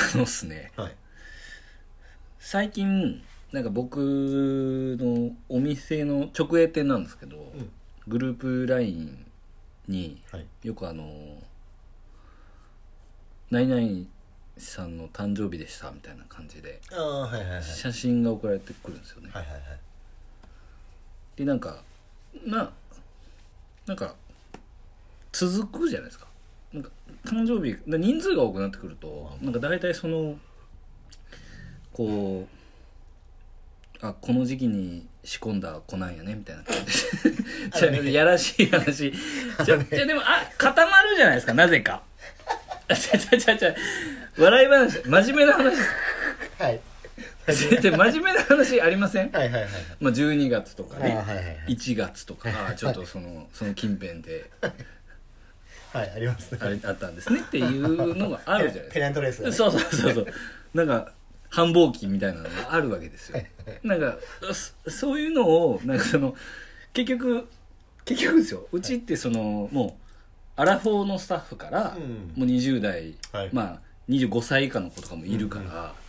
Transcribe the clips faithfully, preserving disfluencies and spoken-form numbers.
のっすね、 はい、 最近なんか僕のお店の直営店なんですけど、うん、グループ ライン によくあの、はい、何々さんの誕生日でしたみたいな感じで写真が送られてくるんですよね。 はいはいはい、 でなんかななんか続くじゃないですか。なんか誕生日人数が多くなってくるとなんか大体そのこうあこの時期に仕込んだ子なんやねみたいな感じでやらしい話じゃじゃでもあ固まるじゃないですか、なぜかちゃちゃちゃちゃ笑い話真面目な話ですはい真面目な話ありません？ はいはいはい、 まあ、じゅうにがつとかね、 はいはいはい、 いちがつとかちょっとそのその近辺ではいありますね、 あれあったんですねっていうのがあるじゃないですか。 ペナントレースが、ね、 そうそうそうそうなんか繁忙期みたいなのがあるわけですよ。なんかそういうのをなんかその結局結局ですよ、うちってそのもうアラフォーのスタッフから、うん、もうにじゅう代、はい、まあにじゅうごさい以下の子とかもいるから、うんうんはい、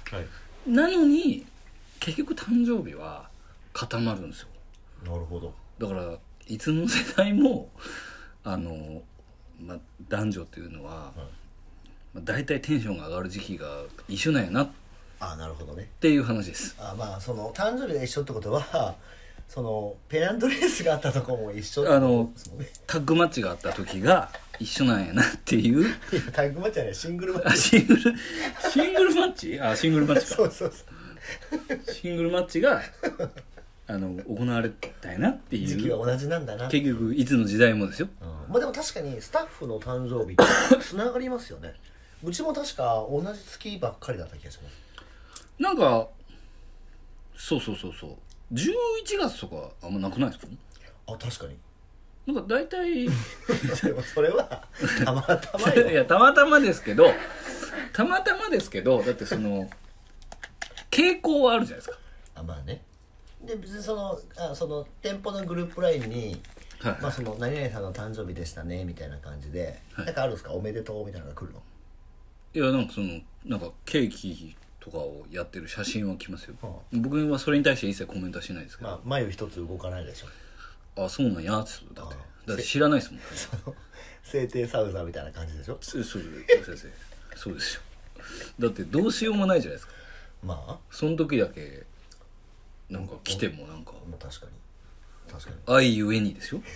なのに結局誕生日は固まるんですよ。 なるほど。 だからいつの世代もあの、まあ、男女っていうのは、はいまあ、大体テンションが上がる時期が一緒なんやなってあなるほどねっていう話です。 あまあその誕生日が一緒ってことはそのペナントレースがあったとこも一緒ってことですもんね。 タッグマッチがあった時が一緒なんやなっていう。いやタッグマッチはねシングルマッチ。 シングルシングルマッチあシングルマッチかそうそうそうシングルマッチがあの行われたやなっていう時期は同じなんだな。 結局いつの時代もですよ、 うん、まあでも確かにスタッフの誕生日ってつながりますよねうちも確か同じ月ばっかりだった気がします。 なんかそうそうそうそうじゅういちがつとかあんまなくないですか？ あ確かになんか大体でもそれはたまたまよいやたまたまですけどたまたまですけどだってその傾向はあるじゃないですか。 あまあね。で別にそのあその店舗のグループ ライン に、はいまあ、その何々さんの誕生日でしたねみたいな感じで、はい、なんかあるんですかおめでとうみたいなのが来るの？ いやなんかそのなんかケーキとかをやってる写真は来ますよ、はあ、僕はそれに対して一切コメントはしないですけど、 まあ、眉一つ動かないでしょ。 あそうなんやつだってだって知らないですもん、ね、 聖帝サウザーみたいな感じでしょ。 そうそう先生そうですよ。だってどうしようもないじゃないですか。 まあその時だけなんか来てもなんか確かに確かに愛ゆえにですよ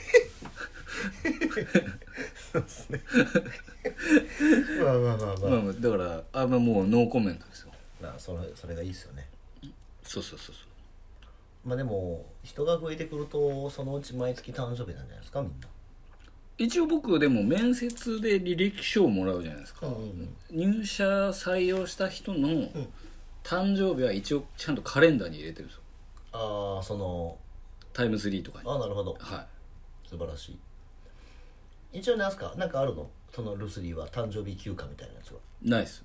そうですねまあまあまあまあ、 まあ、だからあ、まあ、もうノーコメントですよ。 まあそれそれがいいですよね。 そうそうそうそう。 まあでも人が増えてくるとそのうち毎月誕生日なんじゃないですかみんな。 一応僕でも面接で履歴書をもらうじゃないですか、うんうん、入社採用した人の誕生日は一応ちゃんとカレンダーに入れてるんですよ。 ああそのタイムスリーとかに。 ああなるほど、 はい、 素晴らしい。一応なんすかなんかあるのそのルスリーは誕生日休暇みたいなやつは。 ないっす。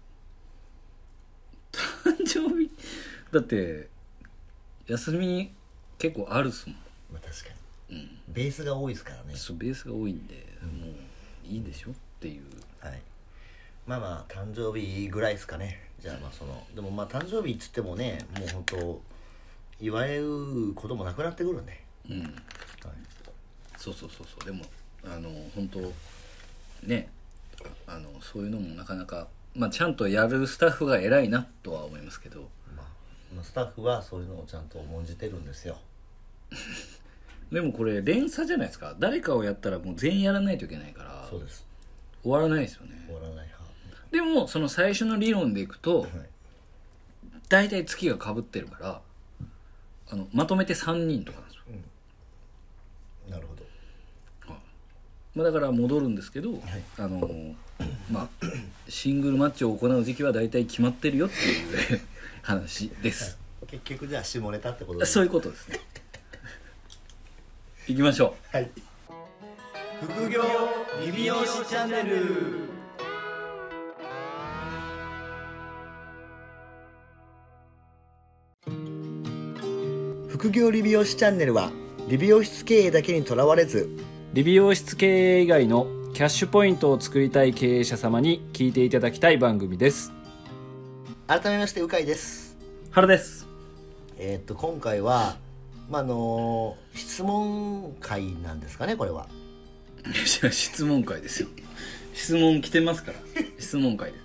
誕生日だって休み結構あるっすもん。 まあ確かに、うん、ベースが多いですからね。 そうベースが多いんで、うん、もういいでしょっていう。 はいまあまあ誕生日ぐらいですかね。じゃあまあそのでもまあ誕生日っつってもねもう本当祝えることもなくなってくるね。 うん、はい、そうそうそうそう。でもあの本当ねあのそういうのもなかなかまあちゃんとやるスタッフが偉いなとは思いますけど、 まあ、スタッフはそういうのをちゃんと重んじてるんですよでもこれ連鎖じゃないですか。誰かをやったらもう全員やらないといけないからそうです終わらないですよね。 終わらないはでもその最初の理論でいくと、はい、大体月が被ってるからあのまとめてさんにんとかなんですよ、 うん、なるほど、 はいまあ、だから戻るんですけど、はい、あのまあシングルマッチを行う時期は大体決まってるよっていう話です、 はい、結局じゃあ下ネタってことです。 そういうことですね行きましょう。はい。副業リビオシチャンネル。副業理美容師チャンネルは理美容室経営だけにとらわれず理美容室経営以外のキャッシュポイントを作りたい経営者様に聞いていただきたい番組です。 改めましてうかいです。 原です。 えー、っと今回は、まあ、あのー、質問会なんですかね、これは。 質問会ですよ。質問来てますから。質問会です。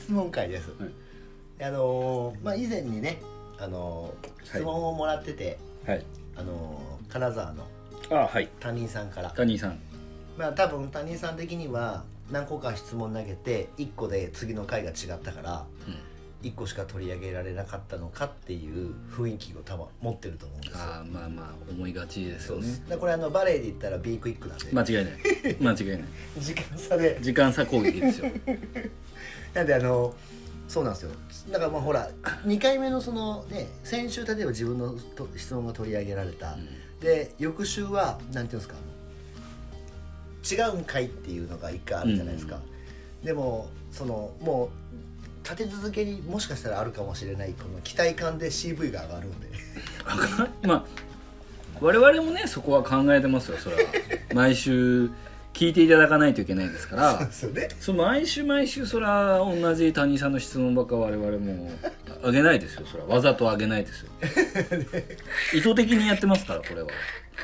質問会です。はい、あのー、まあ以前にね、あのー、質問をもらってて、はい、あのー、金沢の他人さんから。 他人さん。 まあ多分他人さん的には何個か質問投げていっこで次の回が違ったから。うん、いっこしか取り上げられなかったのかっていう雰囲気を多分持ってると思うんですよ。 ああ、まあまあ思いがちですよね。 そうです。これあのバレエで言ったら B クイックなんで間違いない間違いない時間差で時間差攻撃ですよ。 なんであのそうなんですよ。だからまあほらにかいめのそのね、先週例えば自分の質問が取り上げられた、うん、で翌週はなんていうんですか、違うんかいっていうのがいっかいあるじゃないですか、うん、でもそのもう立て続けにもしかしたらあるかもしれないこの期待感で シーブイ が上がるんでまあ我々もねそこは考えてますよ。それは毎週聞いていただかないといけないですからそうですよね。その毎週毎週それは同じ谷さんの質問ばっか我々もあげないですよ。それはわざとあげないですよ意図的にやってますからこれは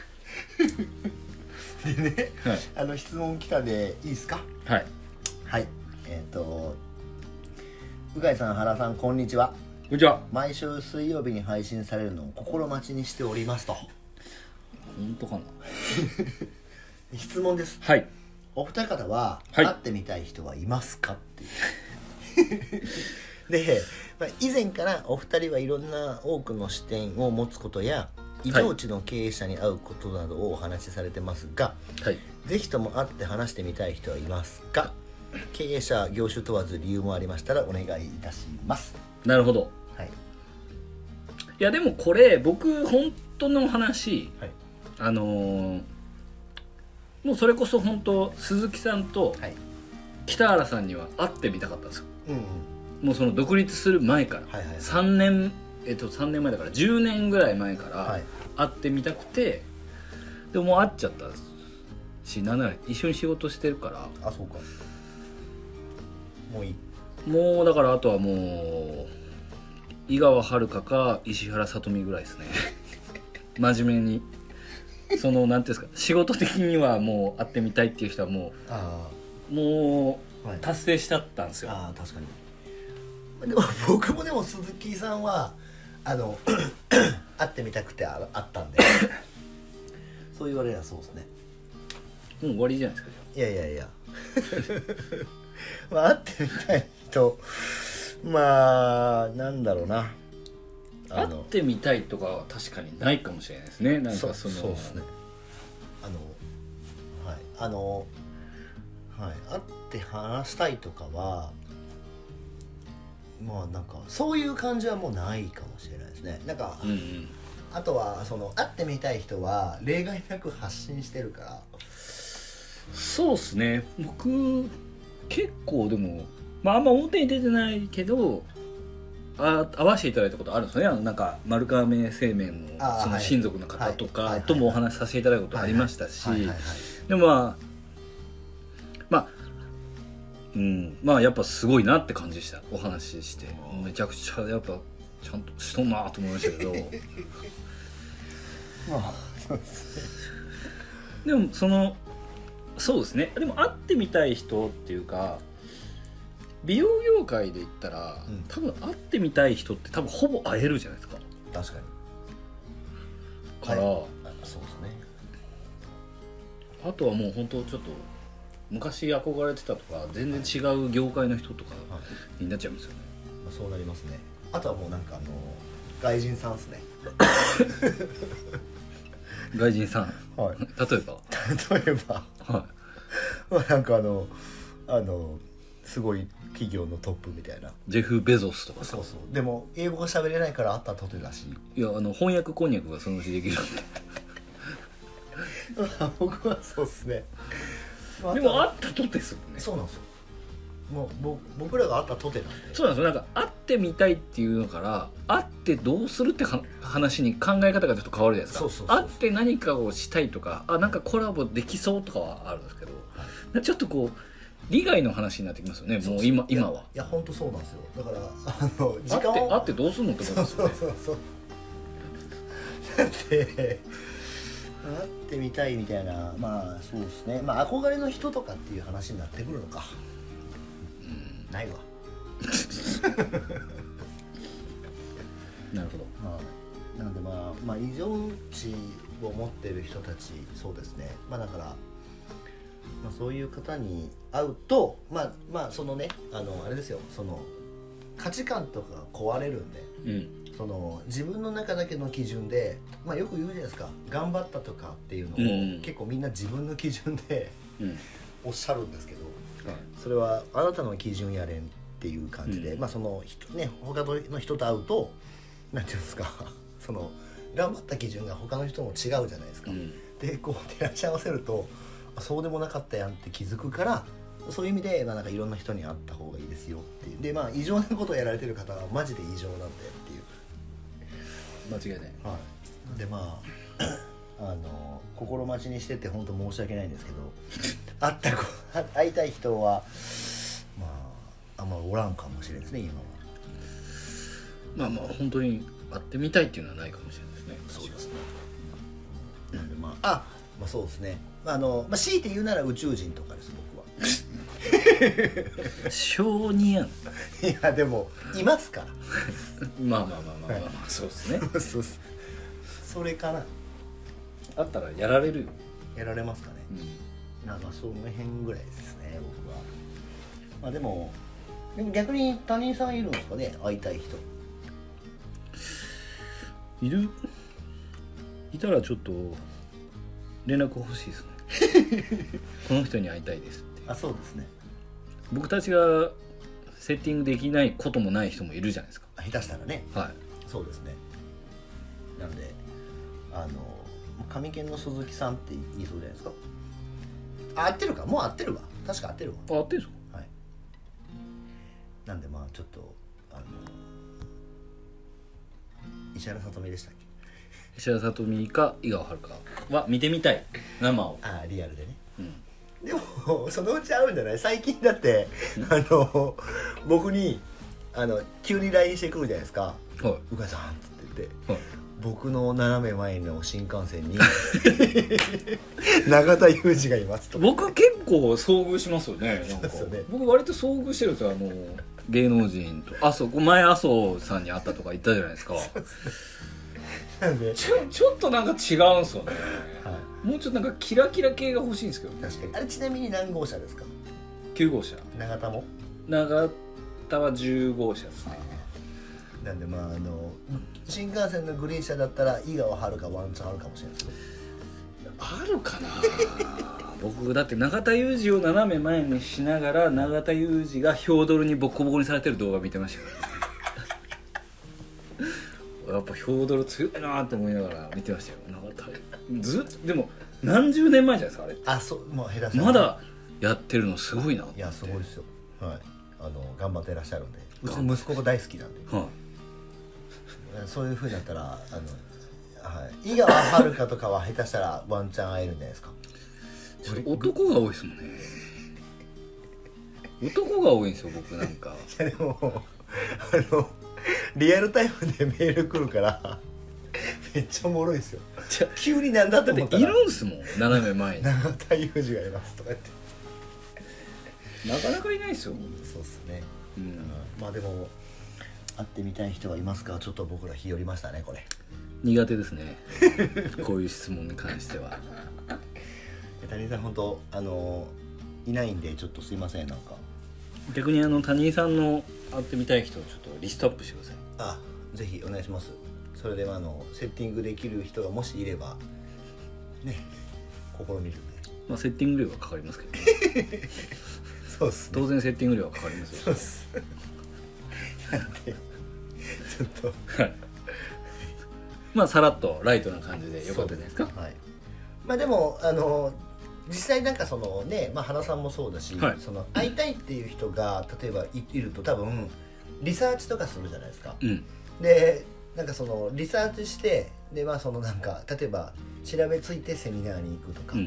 でね、はい、あの質問来たんでいいですか。 はいはい、えっ、ー、とうかいさん、原さん、こんにちは。 こんにちは。 毎週水曜日に配信されるのを心待ちにしておりますと。 本当かな質問です。 はい。 お二方は、はい、会ってみたい人はいますかっていうで、まあ、以前からお二人はいろんな多くの視点を持つことや異常値の経営者に会うことなどをお話しされてますが、はい、ぜひとも会って話してみたい人はいますか。経営者業種問わず理由もありましたらお願いいたします。 なるほど。はい、いやでもこれ僕本当の話、はい、あのー、もうそれこそ本当鈴木さんと北原さんには会ってみたかったんですよ、うんうん、もうその独立する前から、はいはいはい、さんねんえっとさんねんまえだからじゅうねんぐらい前から会ってみたくて、はい、でももう会っちゃったし、なんなら一緒に仕事してるから。 あ、そうか。もういい。 もうだからあとはもう井川遥か石原さとみぐらいですね真面目にそのなんていうんですか、仕事的にはもう会ってみたいっていう人はもうあもう達成しちゃったんですよ、 はい、あ確かに。でも僕もでも鈴木さんはあの会ってみたくてあったんでそう言われればそうですね。 もう終わりじゃないですか。 いやいやいやまあ、会ってみたい人、まあなんだろうな、 会ってみたいとかは確かにないかもしれないですね。なんかそのそそうですね。あのはいあのはい会って話したいとかはまあなんかそういう感じはもうないかもしれないですね。なんか、うんうん、あとはその会ってみたい人は例外なく発信してるから。 そうですね。僕結構でも、まあ、あんま表に出てないけどあ会わせていただいたことあるんですよね。なんか丸亀製麺 の, その親族の方とかともお話しさせていただいたことありましたし、でもまあまあうんまあやっぱすごいなって感じでした。お話ししてめちゃくちゃやっぱちゃんとしとんなと思いましたけどまあそうですね。でもそのそうですね。でも会ってみたい人っていうか美容業界で言ったら、うん、多分会ってみたい人って多分ほぼ会えるじゃないですか。 確かに。から、はい、 そうですね。 あとはもう本当ちょっと昔憧れてたとか全然違う業界の人とかになっちゃいますよね。 はい、そうなりますね。あとはもうなんかあの外人さんですね。 外人さん、はい、例えば例えば、はい、まあなんかあのあのすごい企業のトップみたいなジェフ・ベゾスとか。 そうそう。でも英語が喋れないから会ったとてだし。 いやあの翻訳こんにゃくがそのうちできるんで僕はそうですね。 でも会ったとてですもんね。 そうなんですよ。もうぼ僕らが会ったとてなんで。 そうなんですよ。なんか会ってみたいっていうのから会ってどうするって話に考え方がちょっと変わるじゃないですか。そうそうそうそう。会って何かをしたいとかあなんかコラボできそうとかはあるんですけど、はい、ちょっとこう利害の話になってきますよね。もう今今は。 いや本当そうなんですよ。だからあの時間あってをあってどうすんのって思いますよね。 そうそうそうだって会ってみたいみたいな、まあそうですね、まあ憧れの人とかっていう話になってくるのか、うん、ないわなるほど。 まあ、なんでまあまあ異常値を持ってる人たち、そうですね、まあだから、まあ、そういう方に会うとまあまあそのねあのあれですよ、その価値観とかが壊れるんで、 うん、 その自分の中だけの基準で、まあ、よく言うじゃないですか、頑張ったとかっていうのを、うん、結構みんな自分の基準で、うん、おっしゃるんですけど、はい、それはあなたの基準やれんっていう感じで、うん、まあその人ね他の人と会うとなんていうんですかその頑張った基準が他の人も違うじゃないですか、うん、でこう照らし合わせるとそうでもなかったやんって気づくから、そういう意味で、まあ、なんかいろんな人に会った方がいいですよっていう。でまあ異常なことをやられてる方はマジで異常なんでっていう。 間違いない。 はい。でまああの心待ちにしてて本当申し訳ないんですけど会った子会いたい人はまああんまおらんかもしれないですね今は。 まあまあ本当に会ってみたいっていうのはないかもしれないですね。 そうですね。なんでまああまあそうですね。あのまあ強いて言うなら宇宙人とかです僕は。 小児やん。 いやでもいますからまあまあまあまあまあ、はい、そうですねそうそうそれかな。 あったらやられるよ。 やられますかね、うん、なんかその辺ぐらいですね僕は。まあでもでも逆に他人さんいるんですかね、会いたい人いる。いたらちょっと連絡欲しいですねこの人に会いたいですって。 あ、そうですね。 僕たちがセッティングできないこともない人もいるじゃないですか。 下手したらね。 はい。 そうですね。なんであの上県の鈴木さんって言いそうじゃないですか。あ、合ってるか、もう合ってるわ。確か合ってるわ。 あ、合ってるんですか。 はい。なんでまあちょっとあの石原さとみでしたっけ。 石原さとみか井川遥は見てみたい、生を。 あ、リアルでね。 うん。 でもそのうち会うんじゃない。最近だってあの僕にあの急に ライン してくるじゃないですか。はい。うかいさんって言って、はい、僕の斜め前の新幹線に永田裕二がいますと。 僕結構遭遇しますよね。なんかそうですよね。 僕割と遭遇してるんですよ。あの芸能人とあそう前麻生さんに会ったとか言ったじゃないですか。なんでち ょ, ちょっとなんか違うんですよね、はい、もうちょっとなんかキラキラ系が欲しいんですけど。 確かに。あれちなみに何号車ですか。 きゅう号車。 永田も永田はじゅう号車ですね。 なんでまああの新幹線のグリーン車だったら井川遥ワンチャンあるかもしれないですよ。 あるかな僕だって永田裕二を斜め前にしながら永田裕二がヒョードルにボコボコにされてる動画見てましたからやっぱヒョードル強いなって思いながら見てましたよ。永田ずっとでも何十年前じゃないですかあれ。 あ、そう、もう下手したらまだやってるのすごいなって。 いやすごいですよ。はい。あの頑張ってらっしゃるんで、うちの息子が大好きなんで、はい、そういう風になったらあの、はい、井川遥とかは下手したらワンチャン会えるんじゃないですか。 男が多いですもんね男が多いんですよ僕なんか。 いやでもあのリアルタイムでメール来るからめっちゃおもろいですよ。急になんだと思ったらだっているんすもん斜め前に永田裕二がいますとか言ってなかなかいないですよ。 そうっすね、 うん、 まあでも会ってみたい人はいますか。ちょっと僕ら日和りましたねこれ。 苦手ですねこういう質問に関しては。 谷井さん本当あのいないんでちょっとすいません。なんか逆にあの谷井さんの会ってみたい人をちょっとリストアップしてください。 あ、ぜひお願いします。それではあのセッティングできる人がもしいればね試みるんで、 まあ、セッティング料はかかりますけど、ね、 そうっすね。 当然セッティング料はかかりますよ。 そうっすなんでちょっとはいまあさらっとライトな感じでよかったじゃないですか。 はい、まあでもあの実際なんかそのね、まあ、原さんもそうだし、はい、その会いたいっていう人が例えば い, いると多分リサーチとかするじゃないですか、うん、でなんかそのリサーチしてでまあそのなんか例えば調べついてセミナーに行くとか、うん、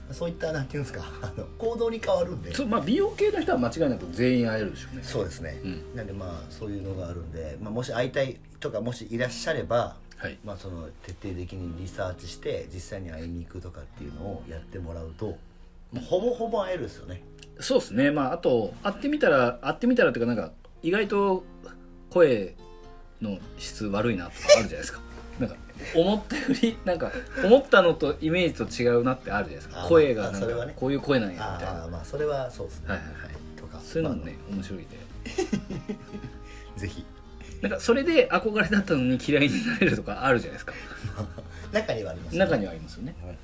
そういったなんていうんですかあの行動に変わるんで。 そう、まあ、美容系の人は間違いなく全員会えるでしょうね。 そうですね、 うん、 なんでまあそういうのがあるんで、まあ、もし会いたいとかもしいらっしゃれば、 はい、 まあ、その徹底的にリサーチして実際に会いに行くとかっていうのをやってもらうと、まあ、ほぼほぼ会えるですよね。 そうですね。まああと会ってみたら会ってみたらっていうか、なんか意外と声の質悪いなとかあるじゃないですか。なんか思ったよりなんか思ったのとイメージと違うなってあるじゃないですか。声がなんかこういう声なんやみたいな。 ああ、まあそれはそうですね。 はいはいはい。とかそういうのもね、まあ、面白いで。 ぜひ。 なんかそれで憧れだったのに嫌いになれるとかあるじゃないですか。 中にはあります、ね。 中にはありますよね。 はい、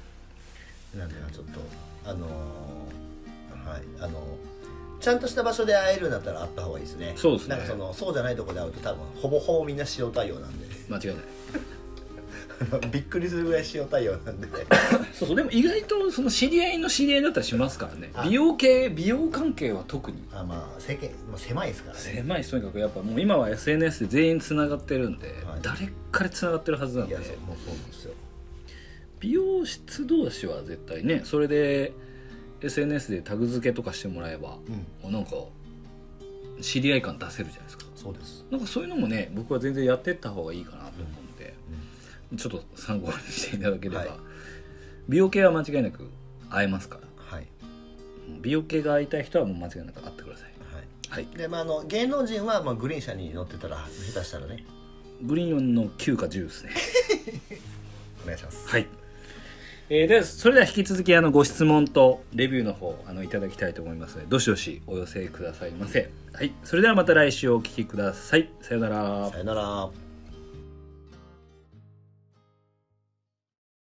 なんでちょっとあのー、はいあのー、ちゃんとした場所で会えるんだったら会った方がいいですね。 そうですね。 なんかそのそうじゃないところで会うと多分ほぼほぼみんな塩対応なんで。 間違いない。 びっくりするぐらい塩対応なんで。 そうそう、でも意外とその知り合いの知り合いだったりしますからね。美容系美容関係は特に。 あ、まあ世間、まあ、狭いですからね。 狭いです。とにかくやっぱもう今は エスエヌエス で全員つながってるんで、はい、誰からつながってるはずなんで。いや、そう、もうそうなんですよ。美容室同士は絶対ね、それで エスエヌエス でタグ付けとかしてもらえば、うん、なんか知り合い感出せるじゃないですか。 そうです。 なんかそういうのもね、僕は全然やってった方がいいかなと思うんで、うんうん、ちょっと参考にしていただければ、はい、美容系は間違いなく会えますから、はい、美容系が会いたい人はもう間違いなく会ってください。 はい、はい、でまあ、あの芸能人はまあグリーン車に乗ってたら下手したらね、 グリーンのきゅうかじゅうですね。 お願いします。 はい、えー、でそれでは引き続きあのご質問とレビューの方あのいただきたいと思いますので、どしどしお寄せくださいませ。はい、それではまた来週お聞きください。さよなら。 さよなら。